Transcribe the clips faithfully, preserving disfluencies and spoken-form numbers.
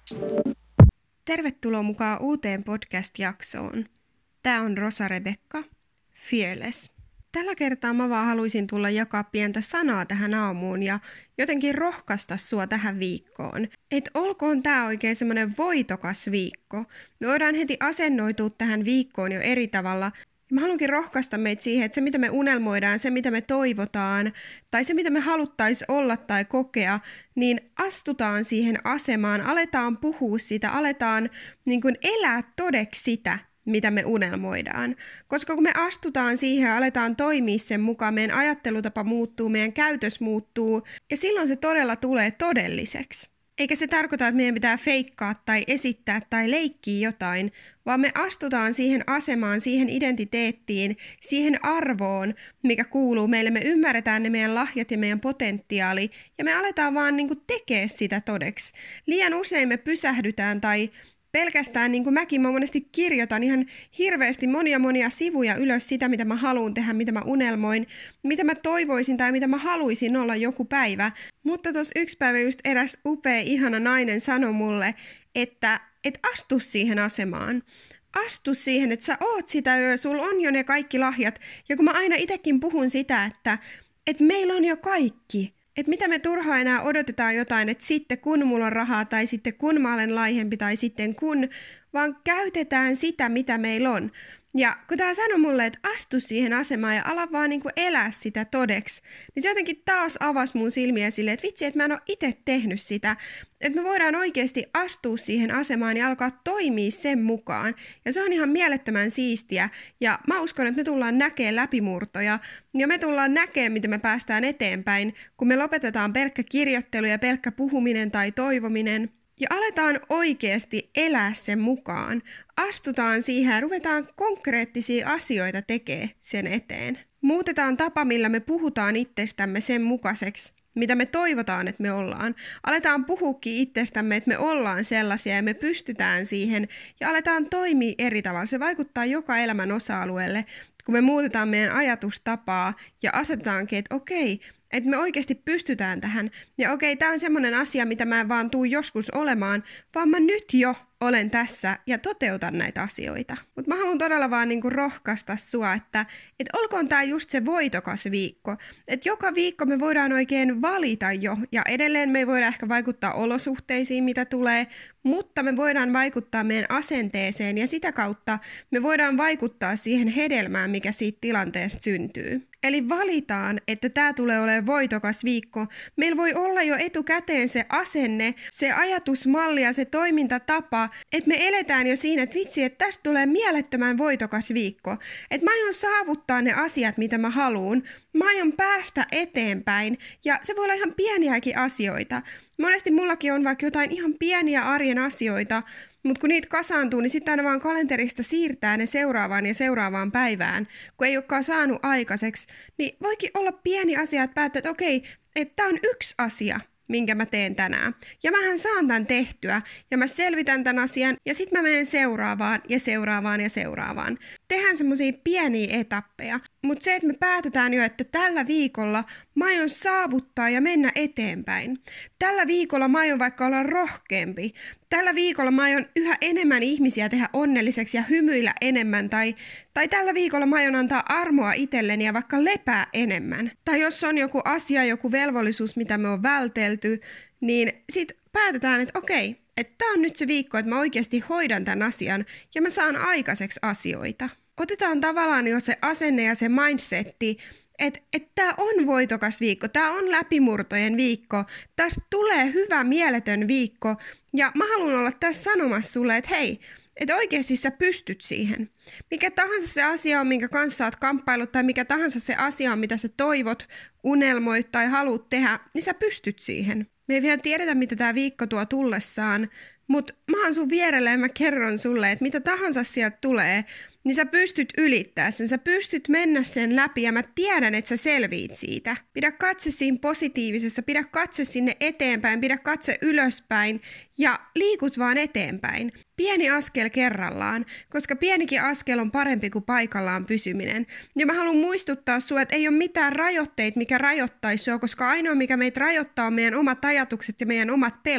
Tervetuloa mukaan uuteen podcast-jaksoon. Tää on Rosa Rebekka, Fearless. Tällä kertaa mä vaan haluaisin tulla jakaa pientä sanaa tähän aamuun ja jotenkin rohkaista sua tähän viikkoon. Et olkoon tää oikein semmonen voitokas viikko. Me voidaan heti asennoitua tähän viikkoon jo eri tavalla. Mä haluankin rohkaista meitä siihen, että se mitä me unelmoidaan, se mitä me toivotaan, tai se mitä me haluttais olla tai kokea, niin astutaan siihen asemaan, aletaan puhua sitä, aletaan niin kuin elää todeksi sitä, mitä me unelmoidaan. Koska kun me astutaan siihen ja aletaan toimia sen mukaan, meidän ajattelutapa muuttuu, meidän käytös muuttuu, ja silloin se todella tulee todelliseksi. Eikä se tarkoita, että meidän pitää feikkaa tai esittää tai leikkiä jotain, vaan me astutaan siihen asemaan, siihen identiteettiin, siihen arvoon, mikä kuuluu meille. Me ymmärretään ne meidän lahjat ja meidän potentiaali, ja me aletaan vaan niin kuin tekee sitä todeksi. Liian usein me pysähdytään tai pelkästään, niin kuin mäkin, mä monesti kirjoitan ihan hirveästi monia monia sivuja ylös sitä, mitä mä haluan tehdä, mitä mä unelmoin, mitä mä toivoisin tai mitä mä haluaisin olla joku päivä. Mutta tuossa yksi päivä just eräs upea, ihana nainen sanoi mulle, että et astu siihen asemaan. Astu siihen, että sä oot sitä jo, sulla on jo ne kaikki lahjat. Ja kun mä aina itsekin puhun sitä, että et meillä on jo kaikki. Että mitä me turhaan enää odotetaan jotain, että sitten kun mulla on rahaa tai sitten kun mä olen laihempi tai sitten kun, vaan käytetään sitä, mitä meillä on. Ja kun tää sanoi mulle, että astu siihen asemaan ja ala vaan niin kuin elää sitä todeksi, niin se jotenkin taas avasi mun silmiä silleen, että vitsi, että mä en ole itse tehnyt sitä. Että me voidaan oikeasti astua siihen asemaan ja alkaa toimia sen mukaan. Ja se on ihan mielettömän siistiä. Ja mä uskon, että me tullaan näkemään läpimurtoja ja me tullaan näkemään, miten me päästään eteenpäin, kun me lopetetaan pelkkä kirjoittelu ja pelkkä puhuminen tai toivominen. Ja aletaan oikeasti elää sen mukaan. Astutaan siihen ja ruvetaan konkreettisia asioita tekemään sen eteen. Muutetaan tapa, millä me puhutaan itsestämme sen mukaiseksi, mitä me toivotaan, että me ollaan. Aletaan puhukin itsestämme, että me ollaan sellaisia ja me pystytään siihen. Ja aletaan toimia eri tavalla. Se vaikuttaa joka elämän osa-alueelle, kun me muutetaan meidän ajatustapaa ja asetetaankin, että okei, että me oikeasti pystytään tähän. Ja okei, tämä on semmoinen asia, mitä mä en vaan tuu joskus olemaan, vaan mä nyt jo olen tässä ja toteutan näitä asioita. Mutta mä haluan todella vaan niinku rohkaista sua, että et olkoon tää just se voitokas viikko. Että joka viikko me voidaan oikein valita jo, ja edelleen me ei voida ehkä vaikuttaa olosuhteisiin, mitä tulee, mutta me voidaan vaikuttaa meidän asenteeseen, ja sitä kautta me voidaan vaikuttaa siihen hedelmään, mikä siitä tilanteesta syntyy. Eli valitaan, että tämä tulee olemaan voitokas viikko. Meillä voi olla jo etukäteen se asenne, se ajatusmalli ja se toimintatapa, että me eletään jo siinä, että vitsi, että tästä tulee mielettömän voitokas viikko. Että mä aion saavuttaa ne asiat, mitä mä haluun. Mä aion päästä eteenpäin ja se voi olla ihan pieniäkin asioita. Monesti mullakin on vaikka jotain ihan pieniä arjen asioita, mutta kun niitä kasaantuu, niin sitten aina vaan kalenterista siirtää ne seuraavaan ja seuraavaan päivään, kun ei olekaan saanut aikaiseksi. Niin voikin olla pieni asia, että päättää, että okei, että tämä on yksi asia, minkä mä teen tänään. Ja mähän saan tämän tehtyä, ja mä selvitän tämän asian, ja sitten mä menen seuraavaan, ja seuraavaan, ja seuraavaan. Tehdään semmoisia pieniä etappeja, mutta se, että me päätetään jo, että tällä viikolla mä aion saavuttaa ja mennä eteenpäin. Tällä viikolla mä aion vaikka olla rohkeampi. Tällä viikolla mä aion yhä enemmän ihmisiä tehdä onnelliseksi ja hymyillä enemmän. Tai, tai tällä viikolla mä aion antaa armoa itselleni ja vaikka lepää enemmän. Tai jos on joku asia, joku velvollisuus, mitä me on vältelty, niin sit päätetään, että okei, että tää on nyt se viikko, että mä oikeasti hoidan tämän asian ja mä saan aikaiseksi asioita. Otetaan tavallaan jo se asenne ja se mindsetti, että et tämä on voitokas viikko, tämä on läpimurtojen viikko, tästä tulee hyvä mieletön viikko ja mä haluan olla tässä sanomassa sulle, että hei, että oikeasti sä pystyt siihen. Mikä tahansa se asia on, minkä kanssa sä oot kamppailut tai mikä tahansa se asia on, mitä sä toivot, unelmoit tai haluat tehdä, niin sä pystyt siihen. Me ei vielä tiedetä, mitä tämä viikko tuo tullessaan, mutta mä oon sun vierellä ja mä kerron sulle, että mitä tahansa sieltä tulee, niin sä pystyt ylittää sen, sä pystyt mennä sen läpi ja mä tiedän, että sä selviit siitä. Pidä katse siinä positiivisessa, pidä katse sinne eteenpäin, pidä katse ylöspäin ja liikut vaan eteenpäin. Pieni askel kerrallaan, koska pienikin askel on parempi kuin paikallaan pysyminen. Ja mä haluan muistuttaa sua, että ei ole mitään rajoitteita, mikä rajoittaisi sua, koska ainoa mikä meitä rajoittaa on meidän omat ajatukset ja meidän omat pelot.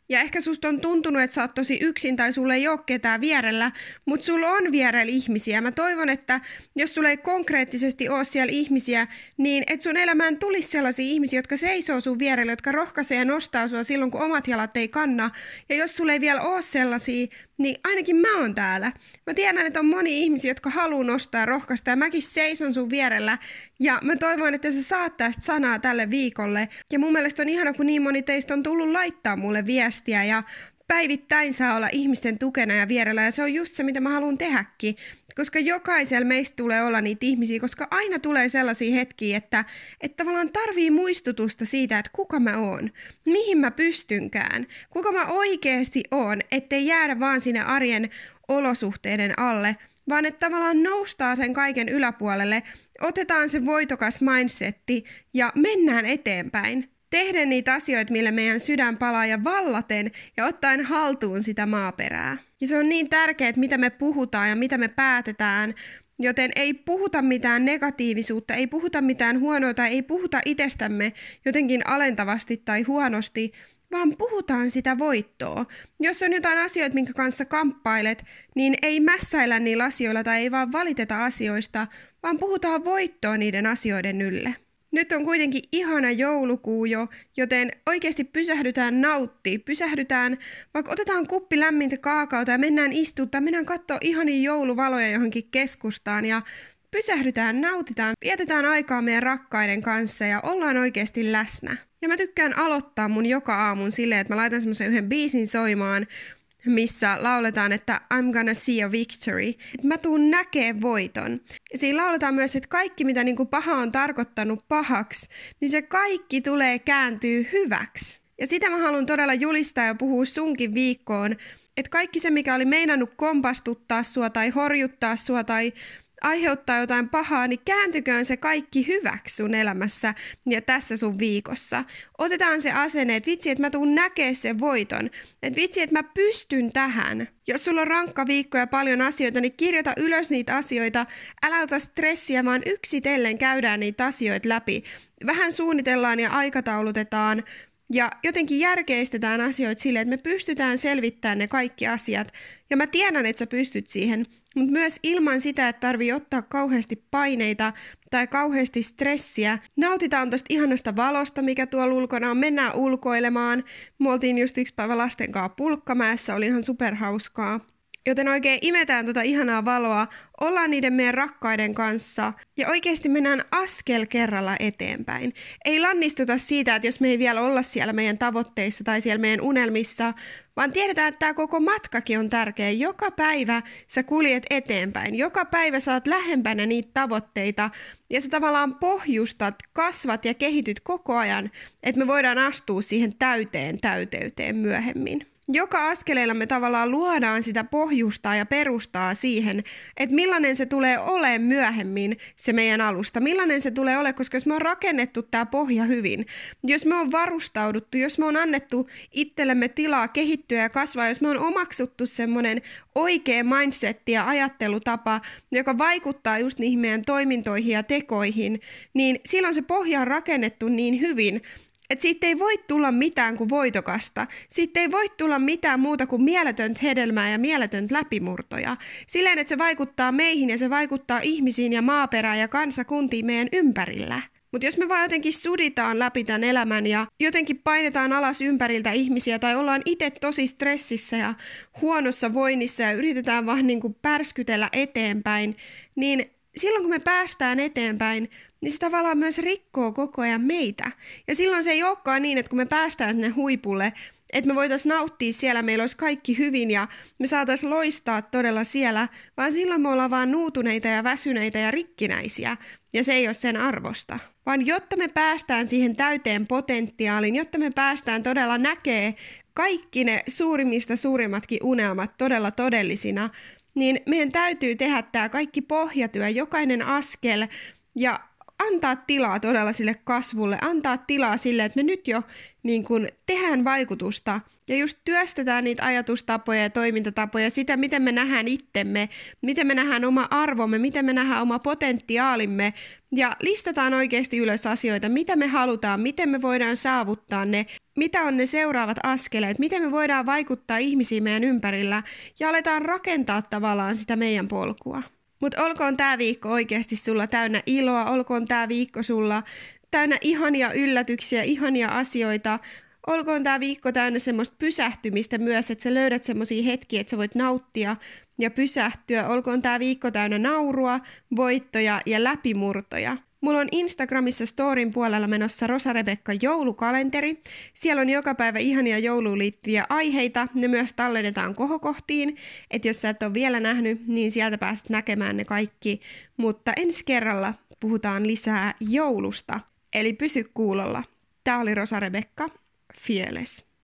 Ja ehkä susta on tuntunut, että sä oot tosi yksin tai sulle ei ole ketään vierellä, mutta sulla on vierellä ihmisiä. Mä toivon, että jos sulla ei konkreettisesti ole siellä ihmisiä, niin että sun elämään tulisi sellaisia ihmisiä, jotka seisoo sun vierellä, jotka rohkaisee ja nostaa sua silloin, kun omat jalat ei kanna. Ja jos sulla ei vielä ole sellaisia, niin ainakin mä oon täällä. Mä tiedän, että on moni ihmisiä, jotka haluaa nostaa ja rohkaista, ja mäkin seison sun vierellä. Ja mä toivon, että sä saat tästä sanaa tälle viikolle. Ja mun mielestä on ihana, kun niin moni teistä on tullut laittaa mulle viestiä, ja päivittäin saa olla ihmisten tukena ja vierellä, ja se on just se, mitä mä haluan tehdäkin. Koska jokaisella meistä tulee olla niitä ihmisiä, koska aina tulee sellaisia hetkiä, että, että tavallaan tarvii muistutusta siitä, että kuka mä oon, mihin mä pystynkään, kuka mä oikeasti oon, ettei jäädä vaan sinne arjen olosuhteiden alle, vaan että tavallaan noustaa sen kaiken yläpuolelle, otetaan se voitokas mindsetti ja mennään eteenpäin. Tehden niitä asioita, millä meidän sydän palaa ja vallaten ja ottaen haltuun sitä maaperää. Ja se on niin tärkeää, että mitä me puhutaan ja mitä me päätetään, joten ei puhuta mitään negatiivisuutta, ei puhuta mitään huonoa tai ei puhuta itsestämme jotenkin alentavasti tai huonosti, vaan puhutaan sitä voittoa. Jos on jotain asioita, minkä kanssa kamppailet, niin ei mässäillä niillä asioilla tai ei vaan valiteta asioista, vaan puhutaan voittoa niiden asioiden ylle. Nyt on kuitenkin ihana joulukuu jo, joten oikeasti pysähdytään nauttii, pysähdytään, vaikka otetaan kuppi lämmintä kaakaota ja mennään istuttaa, mennään katsoa ihania jouluvaloja johonkin keskustaan ja pysähdytään, nautitaan, vietetään aikaa meidän rakkaiden kanssa ja ollaan oikeasti läsnä. Ja mä tykkään aloittaa mun joka aamun silleen, että mä laitan semmoisen yhden biisin soimaan, missä lauletaan, että I'm gonna see a victory. Että mä tuun näkee voiton. Ja siinä lauletaan myös, että kaikki mitä niinku paha on tarkoittanut pahaksi, niin se kaikki tulee kääntyä hyväksi. Ja sitä mä haluan todella julistaa ja puhua sunkin viikkoon, että kaikki se, mikä oli meinannut kompastuttaa sua tai horjuttaa sua tai aiheuttaa jotain pahaa, niin kääntyköön se kaikki hyväksi sun elämässä ja tässä sun viikossa. Otetaan se asenne, että vitsi, että mä tuun näkee sen voiton. Että vitsi, että mä pystyn tähän. Jos sulla on rankka viikko ja paljon asioita, niin kirjoita ylös niitä asioita. Älä ota stressiä, vaan yksitellen käydään niitä asioita läpi. Vähän suunnitellaan ja aikataulutetaan. Ja jotenkin järkeistetään asioita silleen, että me pystytään selvittämään ne kaikki asiat. Ja mä tiedän, että sä pystyt siihen, mutta myös ilman sitä, että tarvii ottaa kauheasti paineita tai kauheasti stressiä. Nautitaan tosta ihanasta valosta, mikä tuolla ulkona on. Mennään ulkoilemaan. Me oltiin just yksi päivä lasten kanssa Pulkkamäessä, oli ihan superhauskaa. Joten oikein imetään tota ihanaa valoa, ollaan niiden meidän rakkaiden kanssa ja oikeasti mennään askel kerralla eteenpäin. Ei lannistuta siitä, että jos me ei vielä olla siellä meidän tavoitteissa tai siellä meidän unelmissa, vaan tiedetään, että tämä koko matkakin on tärkeä. Joka päivä sä kuljet eteenpäin, joka päivä sä oot lähempänä niitä tavoitteita ja sä tavallaan pohjustat, kasvat ja kehityt koko ajan, että me voidaan astua siihen täyteen täyteyteen myöhemmin. Joka askeleella me tavallaan luodaan sitä pohjustaa ja perustaa siihen, että millainen se tulee olemaan myöhemmin se meidän alusta. Millainen se tulee olemaan, koska jos me on rakennettu tämä pohja hyvin, jos me on varustauduttu, jos me on annettu itsellemme tilaa kehittyä ja kasvaa, jos me on omaksuttu semmoinen oikea mindset ja ajattelutapa, joka vaikuttaa just niihin meidän toimintoihin ja tekoihin, niin silloin se pohja on rakennettu niin hyvin, että siitä ei voi tulla mitään kuin voitokasta. Siitä ei voi tulla mitään muuta kuin mieletöntä hedelmää ja mieletöntä läpimurtoja. Silleen, että se vaikuttaa meihin ja se vaikuttaa ihmisiin ja maaperään ja kansakuntiin meidän ympärillä. Mutta jos me vaan jotenkin suditaan läpi tämän elämän ja jotenkin painetaan alas ympäriltä ihmisiä tai ollaan itse tosi stressissä ja huonossa voinnissa ja yritetään vaan niin kuin pärskytellä eteenpäin, niin silloin kun me päästään eteenpäin, niin se tavallaan myös rikkoo koko ajan meitä. Ja silloin se ei olekaan niin, että kun me päästään sinne huipulle, että me voitaisiin nauttia siellä, meillä olisi kaikki hyvin ja me saataisiin loistaa todella siellä, vaan silloin me ollaan vaan nuutuneita ja väsyneitä ja rikkinäisiä, ja se ei ole sen arvosta. Vaan jotta me päästään siihen täyteen potentiaaliin, jotta me päästään todella näkee kaikki ne suurimmista suurimmatkin unelmat todella todellisina, niin meidän täytyy tehdä tämä kaikki pohjatyö, jokainen askel, ja antaa tilaa todella sille kasvulle, antaa tilaa sille, että me nyt jo niin kuin tehdään vaikutusta ja just työstetään niitä ajatustapoja ja toimintatapoja, sitä miten me nähdään itsemme, miten me nähdään oma arvomme, miten me nähdään oma potentiaalimme ja listataan oikeasti ylös asioita, mitä me halutaan, miten me voidaan saavuttaa ne, mitä on ne seuraavat askeleet, miten me voidaan vaikuttaa ihmisiin meidän ympärillä ja aletaan rakentaa tavallaan sitä meidän polkua. Mutta olkoon tämä viikko oikeasti sulla täynnä iloa, olkoon tämä viikko sulla täynnä ihania yllätyksiä, ihania asioita, olkoon tämä viikko täynnä semmoista pysähtymistä myös, että sä löydät semmoisia hetkiä, että sä voit nauttia ja pysähtyä, olkoon tämä viikko täynnä naurua, voittoja ja läpimurtoja. Mulla on Instagramissa storin puolella menossa Rosa Rebekka joulukalenteri. Siellä on joka päivä ihania jouluun liittyviä aiheita. Ne myös tallennetaan kohokohtiin. Että jos sä et ole vielä nähnyt, niin sieltä pääset näkemään ne kaikki. Mutta ensi kerralla puhutaan lisää joulusta. Eli pysy kuulolla. Tää oli Rosa Rebekka, Fearless.